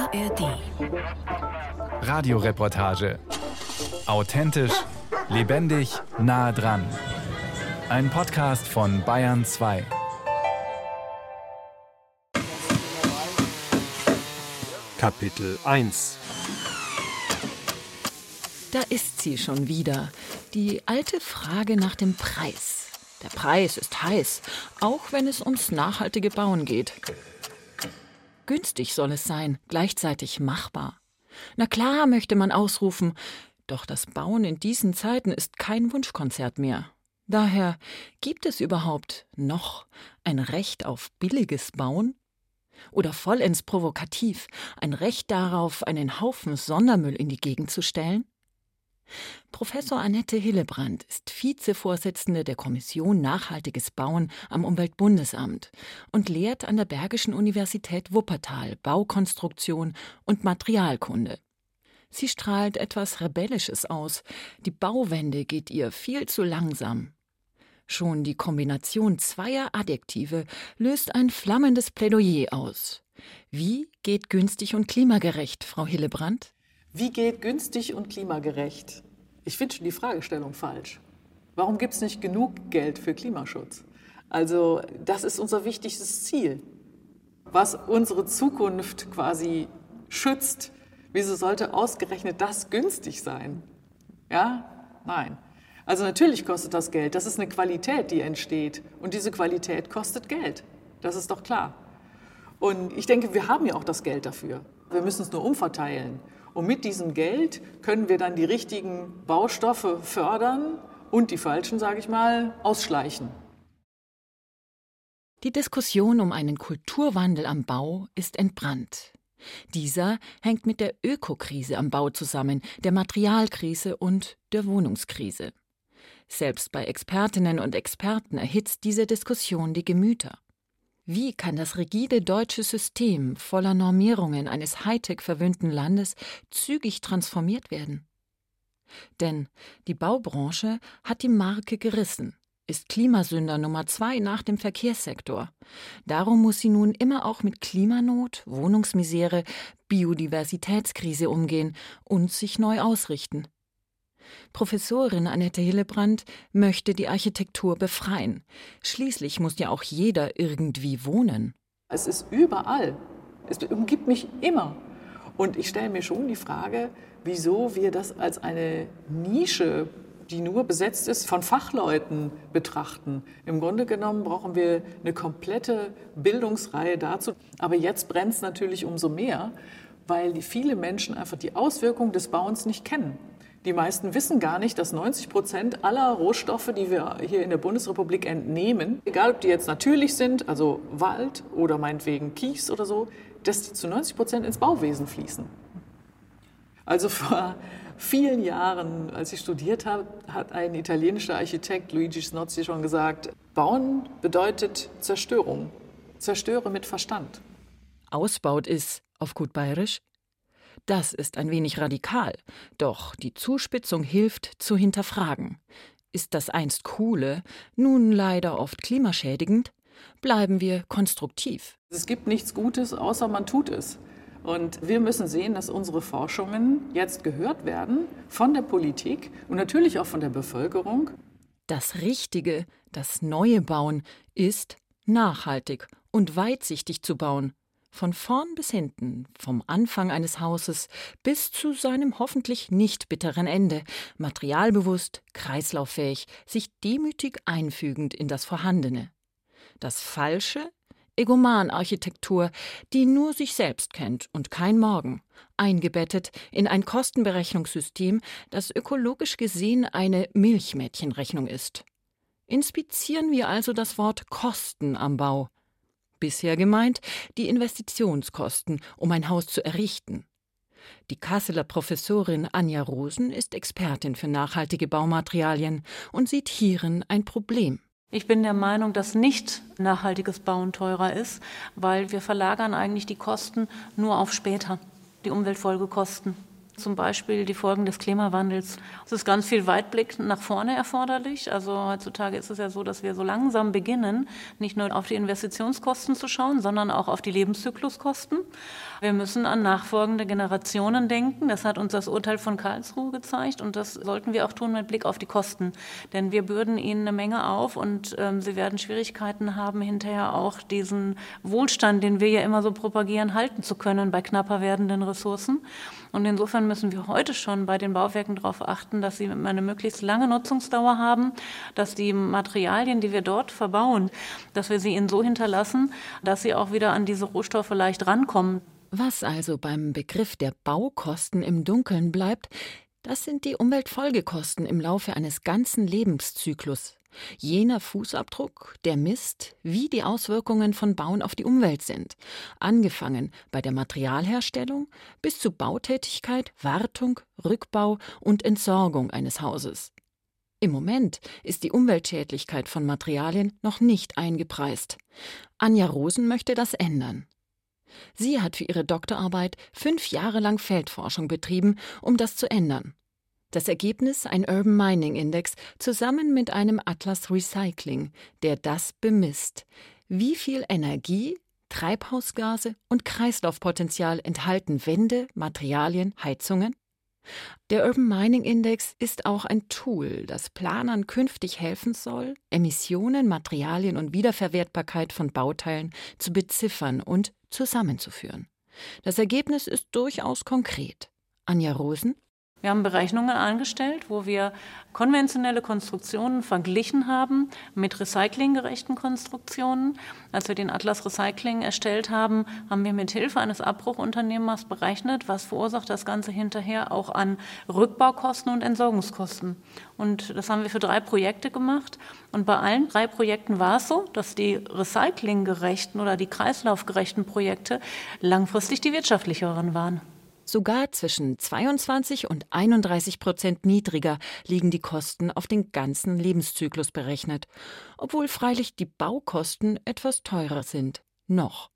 ARD. Radioreportage. Authentisch, lebendig, nah dran. Ein Podcast von Bayern 2. Kapitel 1. Da ist sie schon wieder, die alte Frage nach dem Preis. Der Preis ist heiß, auch wenn es ums nachhaltige Bauen geht. Günstig soll es sein, gleichzeitig machbar. Na klar, möchte man ausrufen, doch das Bauen in diesen Zeiten ist kein Wunschkonzert mehr. Daher, gibt es überhaupt noch ein Recht auf billiges Bauen? Oder vollends provokativ, ein Recht darauf, einen Haufen Sondermüll in die Gegend zu stellen? Professor Annette Hillebrand ist Vizevorsitzende der Kommission Nachhaltiges Bauen am Umweltbundesamt und lehrt an der Bergischen Universität Wuppertal Baukonstruktion und Materialkunde. Sie strahlt etwas Rebellisches aus. Die Bauwende geht ihr viel zu langsam. Schon die Kombination zweier Adjektive löst ein flammendes Plädoyer aus. Wie geht günstig und klimagerecht, Frau Hillebrand? Wie geht günstig und klimagerecht? Ich finde schon die Fragestellung falsch. Warum gibt es nicht genug Geld für Klimaschutz? Also das ist unser wichtigstes Ziel, was unsere Zukunft quasi schützt. Wieso sollte ausgerechnet das günstig sein? Ja? Nein. Also natürlich kostet das Geld. Das ist eine Qualität, die entsteht. Und diese Qualität kostet Geld. Das ist doch klar. Und ich denke, wir haben ja auch das Geld dafür. Wir müssen es nur umverteilen. Und mit diesem Geld können wir dann die richtigen Baustoffe fördern und die falschen, sage ich mal, ausschleichen. Die Diskussion um einen Kulturwandel am Bau ist entbrannt. Dieser hängt mit der Ökokrise am Bau zusammen, der Materialkrise und der Wohnungskrise. Selbst bei Expertinnen und Experten erhitzt diese Diskussion die Gemüter. Wie kann das rigide deutsche System voller Normierungen eines Hightech-verwöhnten Landes zügig transformiert werden? Denn die Baubranche hat die Marke gerissen, ist Klimasünder Nummer 2 nach dem Verkehrssektor. Darum muss sie nun immer auch mit Klimanot, Wohnungsmisere, Biodiversitätskrise umgehen und sich neu ausrichten. Professorin Annette Hillebrand möchte die Architektur befreien. Schließlich muss ja auch jeder irgendwie wohnen. Es ist überall. Es umgibt mich immer. Und ich stelle mir schon die Frage, wieso wir das als eine Nische, die nur besetzt ist, von Fachleuten betrachten. Im Grunde genommen brauchen wir eine komplette Bildungsreihe dazu. Aber jetzt brennt es natürlich umso mehr, weil viele Menschen einfach die Auswirkungen des Bauens nicht kennen. Die meisten wissen gar nicht, dass 90% aller Rohstoffe, die wir hier in der Bundesrepublik entnehmen, egal ob die jetzt natürlich sind, also Wald oder meinetwegen Kies oder so, dass die zu 90% ins Bauwesen fließen. Also vor vielen Jahren, als ich studiert habe, hat ein italienischer Architekt, Luigi Snozzi, schon gesagt, Bauen bedeutet Zerstörung. Zerstöre mit Verstand. Ausbaut ist, auf gut bayerisch, das ist ein wenig radikal, doch die Zuspitzung hilft zu hinterfragen. Ist das einst Coole nun leider oft klimaschädigend? Bleiben wir konstruktiv. Es gibt nichts Gutes, außer man tut es. Und wir müssen sehen, dass unsere Forschungen jetzt gehört werden von der Politik und natürlich auch von der Bevölkerung. Das Richtige, das neue Bauen ist nachhaltig und weitsichtig zu bauen. Von vorn bis hinten, vom Anfang eines Hauses bis zu seinem hoffentlich nicht bitteren Ende, materialbewusst, kreislauffähig, sich demütig einfügend in das Vorhandene. Das Falsche? Egoman-Architektur, die nur sich selbst kennt und kein Morgen, eingebettet in ein Kostenberechnungssystem, das ökologisch gesehen eine Milchmädchenrechnung ist. Inspizieren wir also das Wort Kosten am Bau. Bisher gemeint die Investitionskosten, um ein Haus zu errichten. Die Kasseler Professorin Anja Rosen ist Expertin für nachhaltige Baumaterialien und sieht hierin ein Problem. Ich bin der Meinung, dass nicht nachhaltiges Bauen teurer ist, weil wir verlagern eigentlich die Kosten nur auf später, die Umweltfolgekosten. Zum Beispiel die Folgen des Klimawandels. Es ist ganz viel Weitblick nach vorne erforderlich. Also heutzutage ist es ja so, dass wir so langsam beginnen, nicht nur auf die Investitionskosten zu schauen, sondern auch auf die Lebenszykluskosten. Wir müssen an nachfolgende Generationen denken. Das hat uns das Urteil von Karlsruhe gezeigt und das sollten wir auch tun mit Blick auf die Kosten. Denn wir bürden ihnen eine Menge auf und sie werden Schwierigkeiten haben, hinterher auch diesen Wohlstand, den wir ja immer so propagieren, halten zu können bei knapper werdenden Ressourcen. Und insofern müssen wir heute schon bei den Bauwerken darauf achten, dass sie eine möglichst lange Nutzungsdauer haben, dass die Materialien, die wir dort verbauen, dass wir sie ihnen so hinterlassen, dass sie auch wieder an diese Rohstoffe leicht rankommen. Was also beim Begriff der Baukosten im Dunkeln bleibt, das sind die Umweltfolgekosten im Laufe eines ganzen Lebenszyklus. Jener Fußabdruck, der misst, wie die Auswirkungen von Bauen auf die Umwelt sind, angefangen bei der Materialherstellung bis zu Bautätigkeit, Wartung, Rückbau und Entsorgung eines Hauses. Im Moment ist die Umweltschädlichkeit von Materialien noch nicht eingepreist. Anja Rosen möchte das ändern. Sie hat für ihre Doktorarbeit 5 Jahre lang Feldforschung betrieben, um das zu ändern. Das Ergebnis ein Urban Mining Index zusammen mit einem Atlas Recycling, der das bemisst. Wie viel Energie, Treibhausgase und Kreislaufpotenzial enthalten Wände, Materialien, Heizungen? Der Urban Mining Index ist auch ein Tool, das Planern künftig helfen soll, Emissionen, Materialien und Wiederverwertbarkeit von Bauteilen zu beziffern und zusammenzuführen. Das Ergebnis ist durchaus konkret. Anja Rosen? Wir haben Berechnungen angestellt, wo wir konventionelle Konstruktionen verglichen haben mit recyclinggerechten Konstruktionen. Als wir den Atlas Recycling erstellt haben, haben wir mit Hilfe eines Abbruchunternehmers berechnet, was verursacht das Ganze hinterher auch an Rückbaukosten und Entsorgungskosten. Und das haben wir für 3 Projekte gemacht. Und bei allen 3 Projekten war es so, dass die recyclinggerechten oder die kreislaufgerechten Projekte langfristig die wirtschaftlicheren waren. Sogar zwischen 22% und 31% niedriger liegen die Kosten auf den ganzen Lebenszyklus berechnet, obwohl freilich die Baukosten etwas teurer sind. Noch.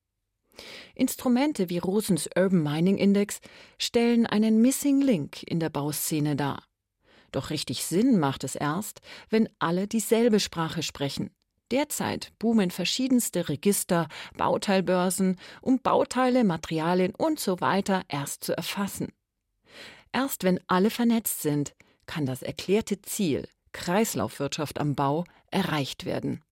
Instrumente wie Rosens Urban Mining Index stellen einen Missing Link in der Bauszene dar. Doch richtig Sinn macht es erst, wenn alle dieselbe Sprache sprechen. Derzeit boomen verschiedenste Register, Bauteilbörsen, um Bauteile, Materialien und so weiter erst zu erfassen. Erst wenn alle vernetzt sind, kann das erklärte Ziel, Kreislaufwirtschaft am Bau, erreicht werden.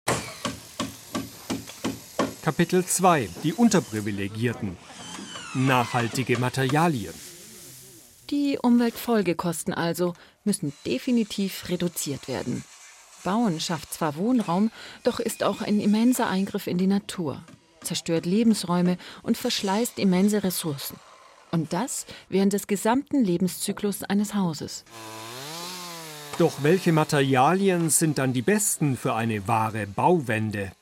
Kapitel 2: Die Unterprivilegierten. Nachhaltige Materialien. Die Umweltfolgekosten also müssen definitiv reduziert werden. Bauen schafft zwar Wohnraum, doch ist auch ein immenser Eingriff in die Natur, zerstört Lebensräume und verschleißt immense Ressourcen. Und das während des gesamten Lebenszyklus eines Hauses. Doch welche Materialien sind dann die besten für eine wahre Bauwende?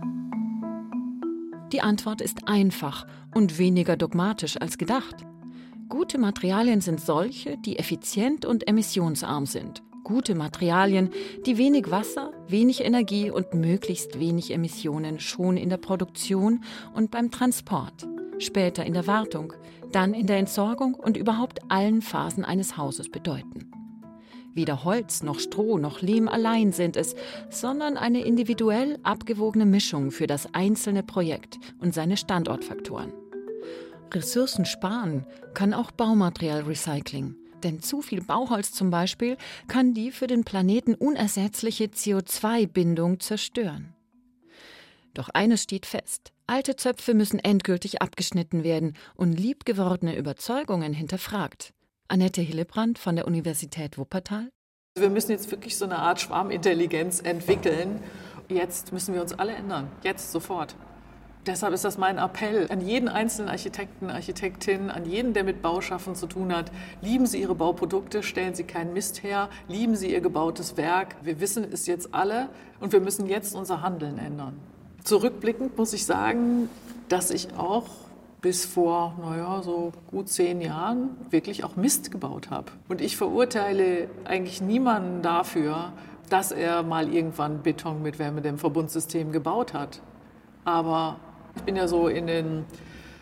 Die Antwort ist einfach und weniger dogmatisch als gedacht. Gute Materialien sind solche, die effizient und emissionsarm sind. Gute Materialien, die wenig Wasser, wenig Energie und möglichst wenig Emissionen schon in der Produktion und beim Transport, später in der Wartung, dann in der Entsorgung und überhaupt allen Phasen eines Hauses bedeuten. Weder Holz noch Stroh noch Lehm allein sind es, sondern eine individuell abgewogene Mischung für das einzelne Projekt und seine Standortfaktoren. Ressourcen sparen kann auch Baumaterialrecycling. Denn zu viel Bauholz zum Beispiel kann die für den Planeten unersetzliche CO2-Bindung zerstören. Doch eines steht fest: Alte Zöpfe müssen endgültig abgeschnitten werden und liebgewordene Überzeugungen hinterfragt. Annette Hillebrand von der Universität Wuppertal. Wir müssen jetzt wirklich so eine Art Schwarmintelligenz entwickeln. Jetzt müssen wir uns alle ändern. Jetzt, sofort. Deshalb ist das mein Appell an jeden einzelnen Architekten, Architektin, an jeden, der mit Bauschaffen zu tun hat. Lieben Sie Ihre Bauprodukte, stellen Sie keinen Mist her, lieben Sie Ihr gebautes Werk. Wir wissen es jetzt alle und wir müssen jetzt unser Handeln ändern. Zurückblickend muss ich sagen, dass ich auch bis vor, so gut 10 Jahren wirklich auch Mist gebaut habe. Und ich verurteile eigentlich niemanden dafür, dass er mal irgendwann Beton mit Wärmedämmverbundsystem gebaut hat. Aber ich bin ja so in den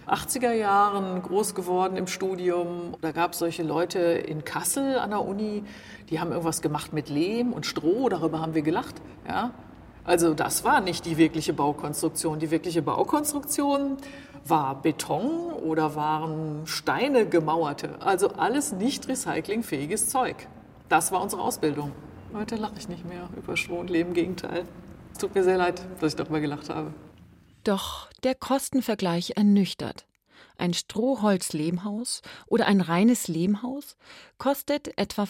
80er Jahren groß geworden im Studium. Da gab es solche Leute in Kassel an der Uni, die haben irgendwas gemacht mit Lehm und Stroh, darüber haben wir gelacht. Ja? Also das war nicht die wirkliche Baukonstruktion. Die wirkliche Baukonstruktion war Beton oder waren Steine gemauerte. Also alles nicht recyclingfähiges Zeug. Das war unsere Ausbildung. Heute lache ich nicht mehr über Stroh und Lehm, im Gegenteil. Es tut mir sehr leid, dass ich darüber gelacht habe. Doch der Kostenvergleich ernüchtert. Ein Strohholz-Lehmhaus oder ein reines Lehmhaus kostet etwa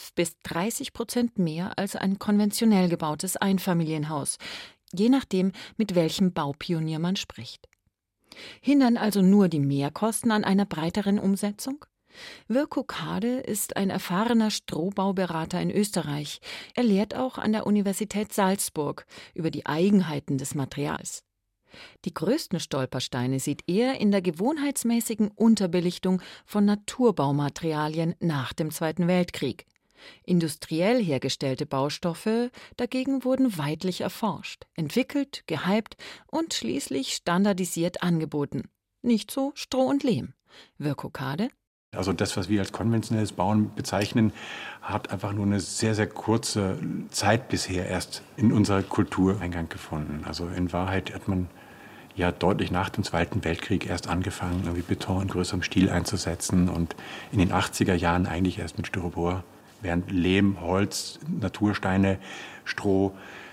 5-30% mehr als ein konventionell gebautes Einfamilienhaus, je nachdem, mit welchem Baupionier man spricht. Hindern also nur die Mehrkosten an einer breiteren Umsetzung? Virko Kade ist ein erfahrener Strohbauberater in Österreich. Er lehrt auch an der Universität Salzburg über die Eigenheiten des Materials. Die größten Stolpersteine sieht er in der gewohnheitsmäßigen Unterbelichtung von Naturbaumaterialien nach dem Zweiten Weltkrieg. Industriell hergestellte Baustoffe dagegen wurden weitlich erforscht, entwickelt, gehypt und schließlich standardisiert angeboten. Nicht so Stroh und Lehm. Virko Kade: Also das, was wir als konventionelles Bauen bezeichnen, hat einfach nur eine sehr, sehr kurze Zeit bisher erst in unserer Kultur Eingang gefunden. Also in Wahrheit hat man ja deutlich nach dem Zweiten Weltkrieg erst angefangen, irgendwie Beton in größerem Stil einzusetzen und in den 80er Jahren eigentlich erst mit Styropor, während Lehm, Holz, Natursteine, Stroh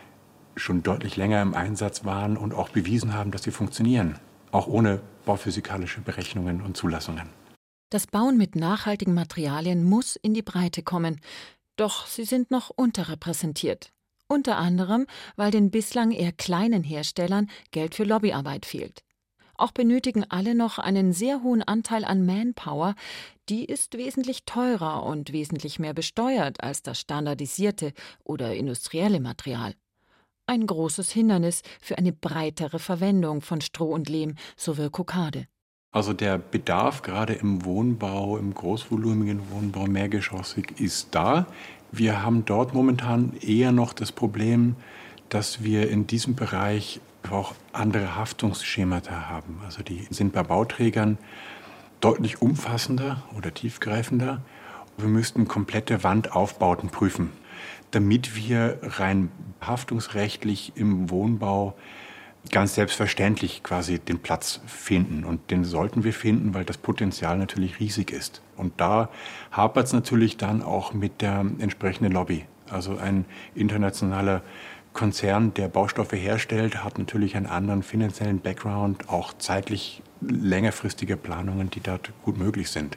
schon deutlich länger im Einsatz waren und auch bewiesen haben, dass sie funktionieren, auch ohne bauphysikalische Berechnungen und Zulassungen. Das Bauen mit nachhaltigen Materialien muss in die Breite kommen, doch sie sind noch unterrepräsentiert. Unter anderem, weil den bislang eher kleinen Herstellern Geld für Lobbyarbeit fehlt. Auch benötigen alle noch einen sehr hohen Anteil an Manpower, die ist wesentlich teurer und wesentlich mehr besteuert als das standardisierte oder industrielle Material. Ein großes Hindernis für eine breitere Verwendung von Stroh und Lehm, so Virko Kade. Also der Bedarf gerade im Wohnbau, im großvolumigen Wohnbau, mehrgeschossig, ist da. Wir haben dort momentan eher noch das Problem, dass wir in diesem Bereich auch andere Haftungsschemata haben. Also die sind bei Bauträgern deutlich umfassender oder tiefgreifender. Wir müssten komplette Wandaufbauten prüfen, damit wir rein haftungsrechtlich im Wohnbau ganz selbstverständlich quasi den Platz finden. Und den sollten wir finden, weil das Potenzial natürlich riesig ist. Und da hapert es natürlich dann auch mit der entsprechenden Lobby. Also ein internationaler Konzern, der Baustoffe herstellt, hat natürlich einen anderen finanziellen Background, auch zeitlich längerfristige Planungen, die dort gut möglich sind.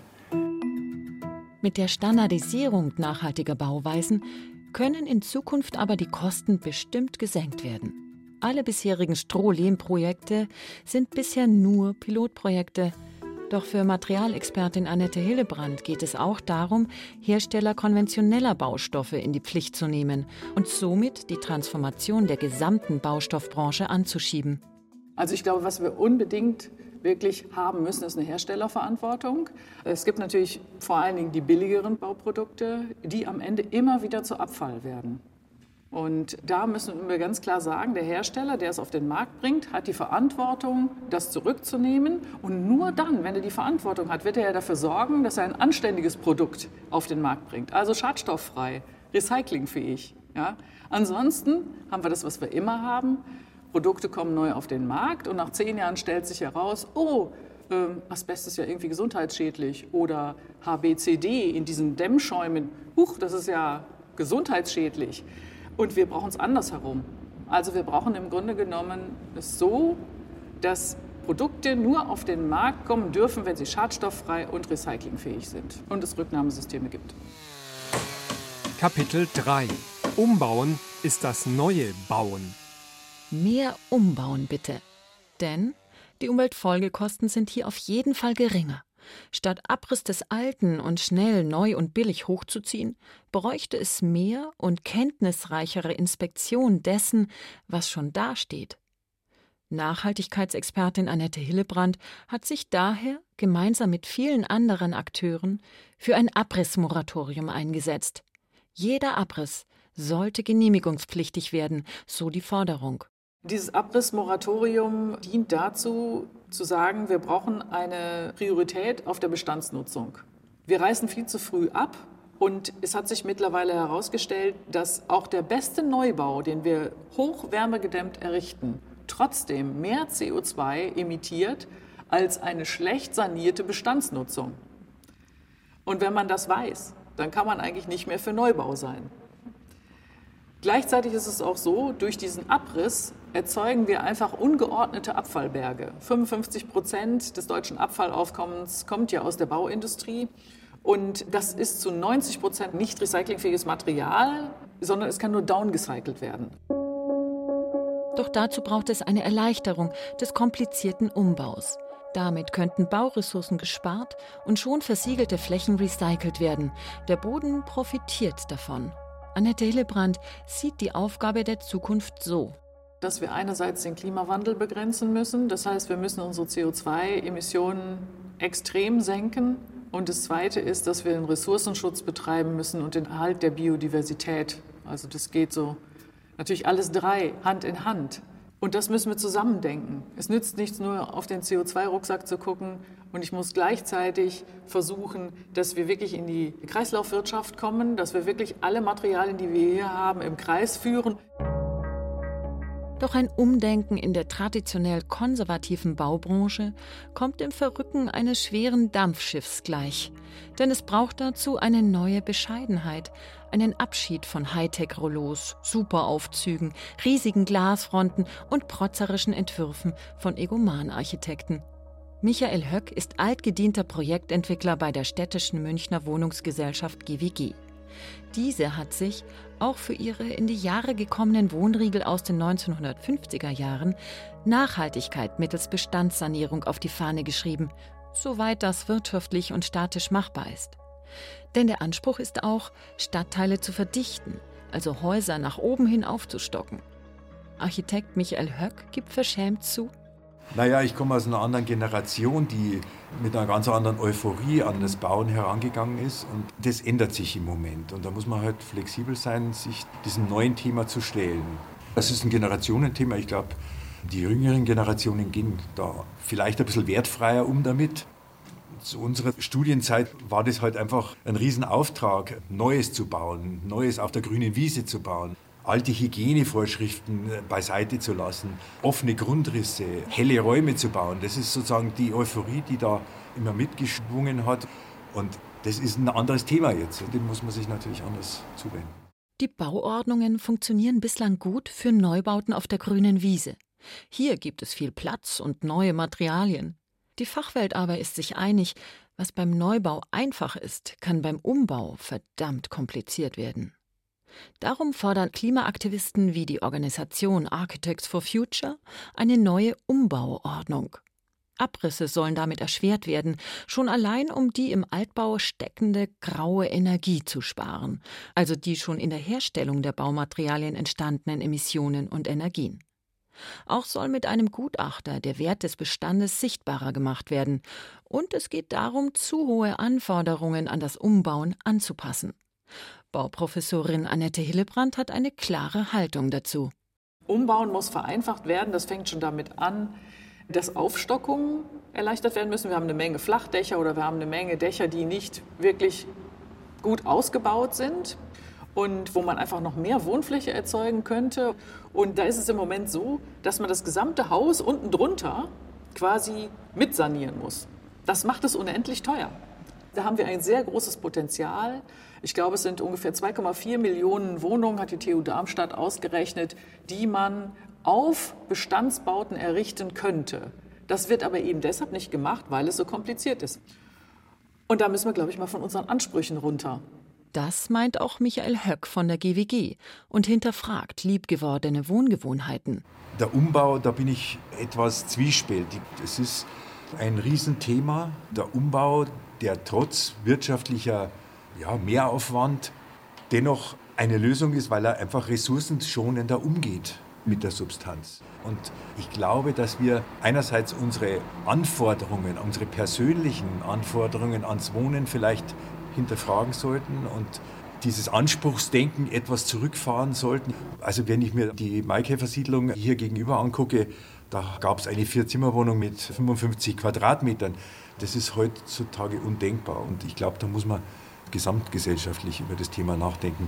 Mit der Standardisierung nachhaltiger Bauweisen können in Zukunft aber die Kosten bestimmt gesenkt werden. Alle bisherigen Stroh-Lehm-Projekte sind bisher nur Pilotprojekte. Doch für Materialexpertin Annette Hillebrand geht es auch darum, Hersteller konventioneller Baustoffe in die Pflicht zu nehmen und somit die Transformation der gesamten Baustoffbranche anzuschieben. Also ich glaube, was wir unbedingt wirklich haben müssen, ist eine Herstellerverantwortung. Es gibt natürlich vor allen Dingen die billigeren Bauprodukte, die am Ende immer wieder zu Abfall werden. Und da müssen wir ganz klar sagen, der Hersteller, der es auf den Markt bringt, hat die Verantwortung, das zurückzunehmen. Und nur dann, wenn er die Verantwortung hat, wird er ja dafür sorgen, dass er ein anständiges Produkt auf den Markt bringt. Also schadstofffrei, recyclingfähig. Ja? Ansonsten haben wir das, was wir immer haben. Produkte kommen neu auf den Markt und nach 10 Jahren stellt sich heraus, Asbest ist ja irgendwie gesundheitsschädlich. Oder HBCD in diesen Dämmschäumen, das ist ja gesundheitsschädlich. Und wir brauchen es andersherum. Also wir brauchen im Grunde genommen es so, dass Produkte nur auf den Markt kommen dürfen, wenn sie schadstofffrei und recyclingfähig sind und es Rücknahmesysteme gibt. Kapitel 3: Umbauen ist das neue Bauen. Mehr umbauen bitte. Denn die Umweltfolgekosten sind hier auf jeden Fall geringer. Statt Abriss des Alten und schnell neu und billig hochzuziehen, bräuchte es mehr und kenntnisreichere Inspektion dessen, was schon dasteht. Nachhaltigkeitsexpertin Annette Hillebrand hat sich daher gemeinsam mit vielen anderen Akteuren für ein Abrissmoratorium eingesetzt. Jeder Abriss sollte genehmigungspflichtig werden, so die Forderung. Dieses Abrissmoratorium dient dazu, zu sagen, wir brauchen eine Priorität auf der Bestandsnutzung. Wir reißen viel zu früh ab und es hat sich mittlerweile herausgestellt, dass auch der beste Neubau, den wir hochwärmegedämmt errichten, trotzdem mehr CO2 emittiert als eine schlecht sanierte Bestandsnutzung. Und wenn man das weiß, dann kann man eigentlich nicht mehr für Neubau sein. Gleichzeitig ist es auch so, durch diesen Abriss erzeugen wir einfach ungeordnete Abfallberge. 55% des deutschen Abfallaufkommens kommt ja aus der Bauindustrie. Und das ist zu 90% nicht recyclingfähiges Material, sondern es kann nur downgecycelt werden. Doch dazu braucht es eine Erleichterung des komplizierten Umbaus. Damit könnten Bauressourcen gespart und schon versiegelte Flächen recycelt werden. Der Boden profitiert davon. Annette Hillebrand sieht die Aufgabe der Zukunft so. Dass wir einerseits den Klimawandel begrenzen müssen. Das heißt, wir müssen unsere CO2-Emissionen extrem senken. Und das Zweite ist, dass wir den Ressourcenschutz betreiben müssen und den Erhalt der Biodiversität. Also das geht so natürlich alles drei Hand in Hand. Und das müssen wir zusammendenken. Es nützt nichts, nur auf den CO2-Rucksack zu gucken. Und ich muss gleichzeitig versuchen, dass wir wirklich in die Kreislaufwirtschaft kommen, dass wir wirklich alle Materialien, die wir hier haben, im Kreis führen. Doch ein Umdenken in der traditionell konservativen Baubranche kommt dem Verrücken eines schweren Dampfschiffs gleich. Denn es braucht dazu eine neue Bescheidenheit, einen Abschied von Hightech-Rollos, Superaufzügen, riesigen Glasfronten und protzerischen Entwürfen von Egoman-Architekten. Michael Höck ist altgedienter Projektentwickler bei der städtischen Münchner Wohnungsgesellschaft GWG. Diese hat sich, auch für ihre in die Jahre gekommenen Wohnriegel aus den 1950er Jahren, Nachhaltigkeit mittels Bestandssanierung auf die Fahne geschrieben, soweit das wirtschaftlich und statisch machbar ist. Denn der Anspruch ist auch, Stadtteile zu verdichten, also Häuser nach oben hin aufzustocken. Architekt Michael Höck gibt verschämt zu: Naja, ich komme aus einer anderen Generation, die mit einer ganz anderen Euphorie an das Bauen herangegangen ist. Und das ändert sich im Moment. Und da muss man halt flexibel sein, sich diesem neuen Thema zu stellen. Das ist ein Generationenthema. Ich glaube, die jüngeren Generationen gehen da vielleicht ein bisschen wertfreier um damit. Zu unserer Studienzeit war das halt einfach ein Riesenauftrag, Neues zu bauen, Neues auf der grünen Wiese zu bauen. Alte Hygienevorschriften beiseite zu lassen, offene Grundrisse, helle Räume zu bauen. Das ist sozusagen die Euphorie, die da immer mitgeschwungen hat. Und das ist ein anderes Thema jetzt. Und dem muss man sich natürlich anders zuwenden. Die Bauordnungen funktionieren bislang gut für Neubauten auf der grünen Wiese. Hier gibt es viel Platz und neue Materialien. Die Fachwelt aber ist sich einig, was beim Neubau einfach ist, kann beim Umbau verdammt kompliziert werden. Darum fordern Klimaaktivisten wie die Organisation Architects for Future eine neue Umbauordnung. Abrisse sollen damit erschwert werden, schon allein um die im Altbau steckende graue Energie zu sparen, also die schon in der Herstellung der Baumaterialien entstandenen Emissionen und Energien. Auch soll mit einem Gutachter der Wert des Bestandes sichtbarer gemacht werden. Und es geht darum, zu hohe Anforderungen an das Umbauen anzupassen. Bauprofessorin Annette Hillebrand hat eine klare Haltung dazu. Umbauen muss vereinfacht werden. Das fängt schon damit an, dass Aufstockungen erleichtert werden müssen. Wir haben eine Menge Flachdächer oder wir haben eine Menge Dächer, die nicht wirklich gut ausgebaut sind und wo man einfach noch mehr Wohnfläche erzeugen könnte. Und da ist es im Moment so, dass man das gesamte Haus unten drunter quasi mitsanieren muss. Das macht es unendlich teuer. Da haben wir ein sehr großes Potenzial. Ich glaube, es sind ungefähr 2,4 Millionen Wohnungen, hat die TU Darmstadt ausgerechnet, die man auf Bestandsbauten errichten könnte. Das wird aber eben deshalb nicht gemacht, weil es so kompliziert ist. Und da müssen wir, glaube ich, mal von unseren Ansprüchen runter. Das meint auch Michael Höck von der GWG und hinterfragt liebgewordene Wohngewohnheiten. Der Umbau, da bin ich etwas zwiespältig. Es ist ein Riesenthema, der Umbau, der trotz wirtschaftlicher Mehraufwand dennoch eine Lösung ist, weil er einfach ressourcenschonender umgeht mit der Substanz. Und ich glaube, dass wir einerseits unsere Anforderungen, unsere persönlichen Anforderungen ans Wohnen vielleicht hinterfragen sollten und dieses Anspruchsdenken etwas zurückfahren sollten. Also wenn ich mir die Maikäfer-Siedlung hier gegenüber angucke, Da gab es eine 4-Zimmer-Wohnung mit 55 Quadratmetern. Das ist heutzutage undenkbar. Und ich glaube, da muss man gesamtgesellschaftlich über das Thema nachdenken.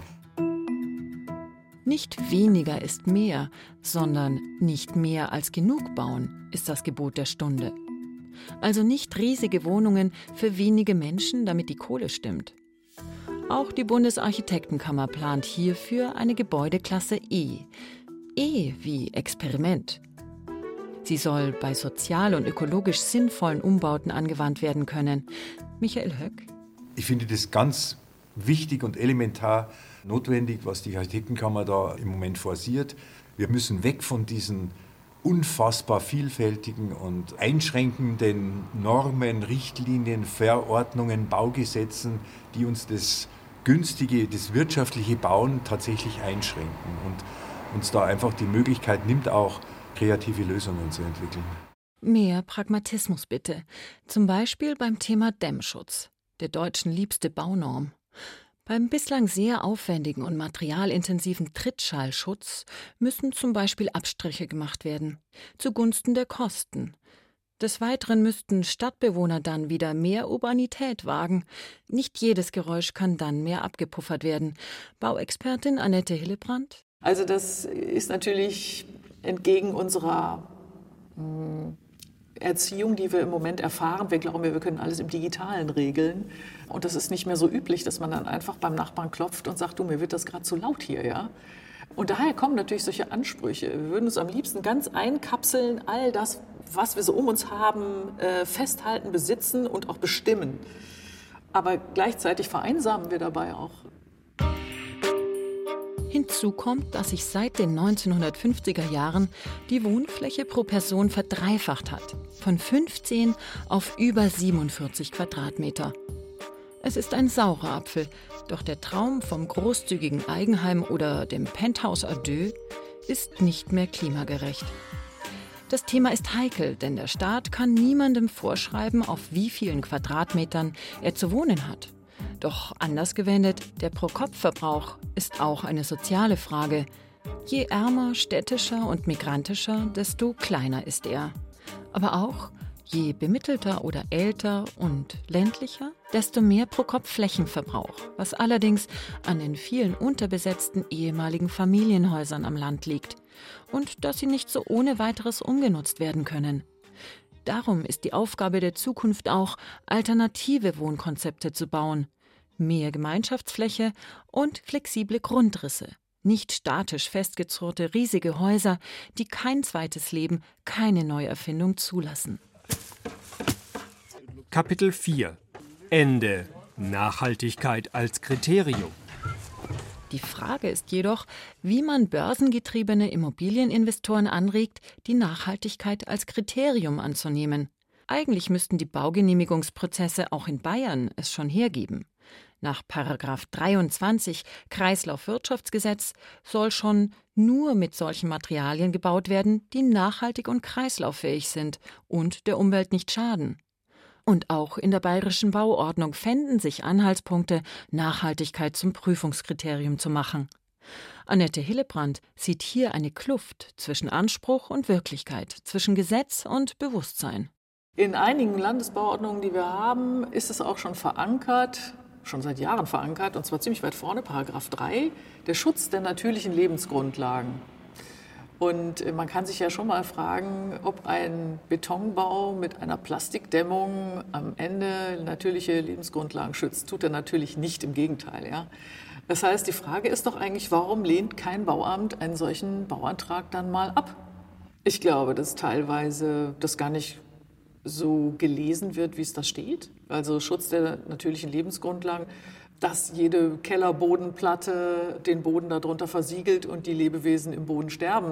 Nicht weniger ist mehr, sondern nicht mehr als genug bauen, ist das Gebot der Stunde. Also nicht riesige Wohnungen für wenige Menschen, damit die Kohle stimmt. Auch die Bundesarchitektenkammer plant hierfür eine Gebäudeklasse E. E wie Experiment. Sie soll bei sozial und ökologisch sinnvollen Umbauten angewandt werden können. Michael Höck? Ich finde das ganz wichtig und elementar notwendig, was die Architektenkammer da im Moment forciert. Wir müssen weg von diesen unfassbar vielfältigen und einschränkenden Normen, Richtlinien, Verordnungen, Baugesetzen, die uns das günstige, das wirtschaftliche Bauen tatsächlich einschränken und uns da einfach die Möglichkeit nimmt, auch kreative Lösungen zu entwickeln. Mehr Pragmatismus bitte. Zum Beispiel beim Thema Dämmschutz, der Deutschen liebste Baunorm. Beim bislang sehr aufwendigen und materialintensiven Trittschallschutz müssen zum Beispiel Abstriche gemacht werden, zugunsten der Kosten. Des Weiteren müssten Stadtbewohner dann wieder mehr Urbanität wagen. Nicht jedes Geräusch kann dann mehr abgepuffert werden. Bauexpertin Annette Hillebrand? Also das ist natürlich entgegen unserer Erziehung, die wir im Moment erfahren. Wir glauben, wir können alles im Digitalen regeln. Und das ist nicht mehr so üblich, dass man dann einfach beim Nachbarn klopft und sagt, du, mir wird das gerade zu laut hier, ja? Und daher kommen natürlich solche Ansprüche. Wir würden uns am liebsten ganz einkapseln, all das, was wir so um uns haben, festhalten, besitzen und auch bestimmen. Aber gleichzeitig vereinsamen wir dabei auch. Hinzu kommt, dass sich seit den 1950er Jahren die Wohnfläche pro Person verdreifacht hat. Von 15 auf über 47 Quadratmeter. Es ist ein saurer Apfel, doch der Traum vom großzügigen Eigenheim oder dem Penthouse à deux ist nicht mehr klimagerecht. Das Thema ist heikel, denn der Staat kann niemandem vorschreiben, auf wie vielen Quadratmetern er zu wohnen hat. Doch anders gewendet, der Pro-Kopf-Verbrauch ist auch eine soziale Frage. Je ärmer, städtischer und migrantischer, desto kleiner ist er. Aber auch, je bemittelter oder älter und ländlicher, desto mehr Pro-Kopf-Flächenverbrauch, was allerdings an den vielen unterbesetzten ehemaligen Familienhäusern am Land liegt und dass sie nicht so ohne weiteres umgenutzt werden können. Darum ist die Aufgabe der Zukunft auch, alternative Wohnkonzepte zu bauen. Mehr Gemeinschaftsfläche und flexible Grundrisse. Nicht statisch festgezurrte riesige Häuser, die kein zweites Leben, keine Neuerfindung zulassen. Kapitel 4 Ende. Nachhaltigkeit als Kriterium. Die Frage ist jedoch, wie man börsengetriebene Immobilieninvestoren anregt, die Nachhaltigkeit als Kriterium anzunehmen. Eigentlich müssten die Baugenehmigungsprozesse auch in Bayern es schon hergeben. Nach § 23 Kreislaufwirtschaftsgesetz soll schon nur mit solchen Materialien gebaut werden, die nachhaltig und kreislauffähig sind und der Umwelt nicht schaden. Und auch in der bayerischen Bauordnung fänden sich Anhaltspunkte, Nachhaltigkeit zum Prüfungskriterium zu machen. Annette Hillebrand sieht hier eine Kluft zwischen Anspruch und Wirklichkeit, zwischen Gesetz und Bewusstsein. In einigen Landesbauordnungen, die wir haben, ist es auch schon verankert, schon seit Jahren verankert, und zwar ziemlich weit vorne, § 3, der Schutz der natürlichen Lebensgrundlagen. Und man kann sich ja schon mal fragen, ob ein Betonbau mit einer Plastikdämmung am Ende natürliche Lebensgrundlagen schützt. Tut er natürlich nicht, im Gegenteil. Ja? Das heißt, die Frage ist doch eigentlich, warum lehnt kein Bauamt einen solchen Bauantrag dann mal ab? Ich glaube, dass teilweise das gar nicht so gelesen wird, wie es da steht. Also Schutz der natürlichen Lebensgrundlagen, dass jede Kellerbodenplatte den Boden darunter versiegelt und die Lebewesen im Boden sterben.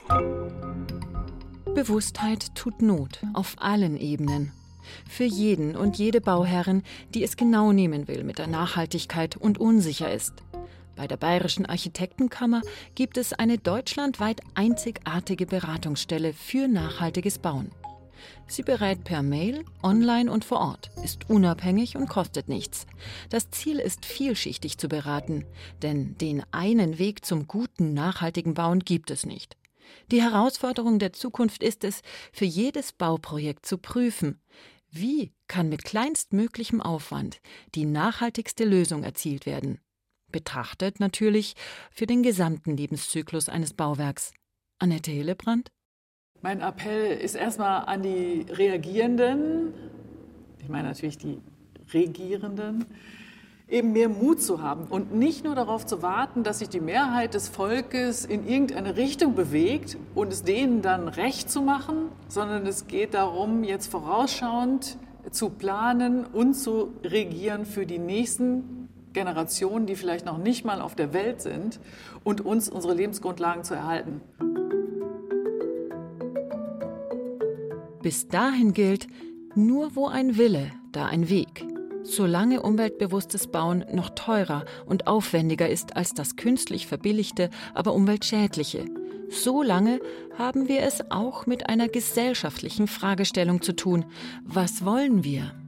Bewusstheit tut Not auf allen Ebenen. Für jeden und jede Bauherrin, die es genau nehmen will mit der Nachhaltigkeit und unsicher ist. Bei der Bayerischen Architektenkammer gibt es eine deutschlandweit einzigartige Beratungsstelle für nachhaltiges Bauen. Sie berät per Mail, online und vor Ort, ist unabhängig und kostet nichts. Das Ziel ist, vielschichtig zu beraten, denn den einen Weg zum guten, nachhaltigen Bauen gibt es nicht. Die Herausforderung der Zukunft ist es, für jedes Bauprojekt zu prüfen, wie kann mit kleinstmöglichem Aufwand die nachhaltigste Lösung erzielt werden. Betrachtet natürlich für den gesamten Lebenszyklus eines Bauwerks. Annette Hillebrand? Mein Appell ist erstmal an die Reagierenden, ich meine natürlich die Regierenden, eben mehr Mut zu haben und nicht nur darauf zu warten, dass sich die Mehrheit des Volkes in irgendeine Richtung bewegt und es denen dann recht zu machen, sondern es geht darum, jetzt vorausschauend zu planen und zu regieren für die nächsten Generationen, die vielleicht noch nicht mal auf der Welt sind, und uns unsere Lebensgrundlagen zu erhalten. Bis dahin gilt, nur wo ein Wille, da ein Weg. Solange umweltbewusstes Bauen noch teurer und aufwendiger ist als das künstlich verbilligte, aber umweltschädliche, solange haben wir es auch mit einer gesellschaftlichen Fragestellung zu tun. Was wollen wir?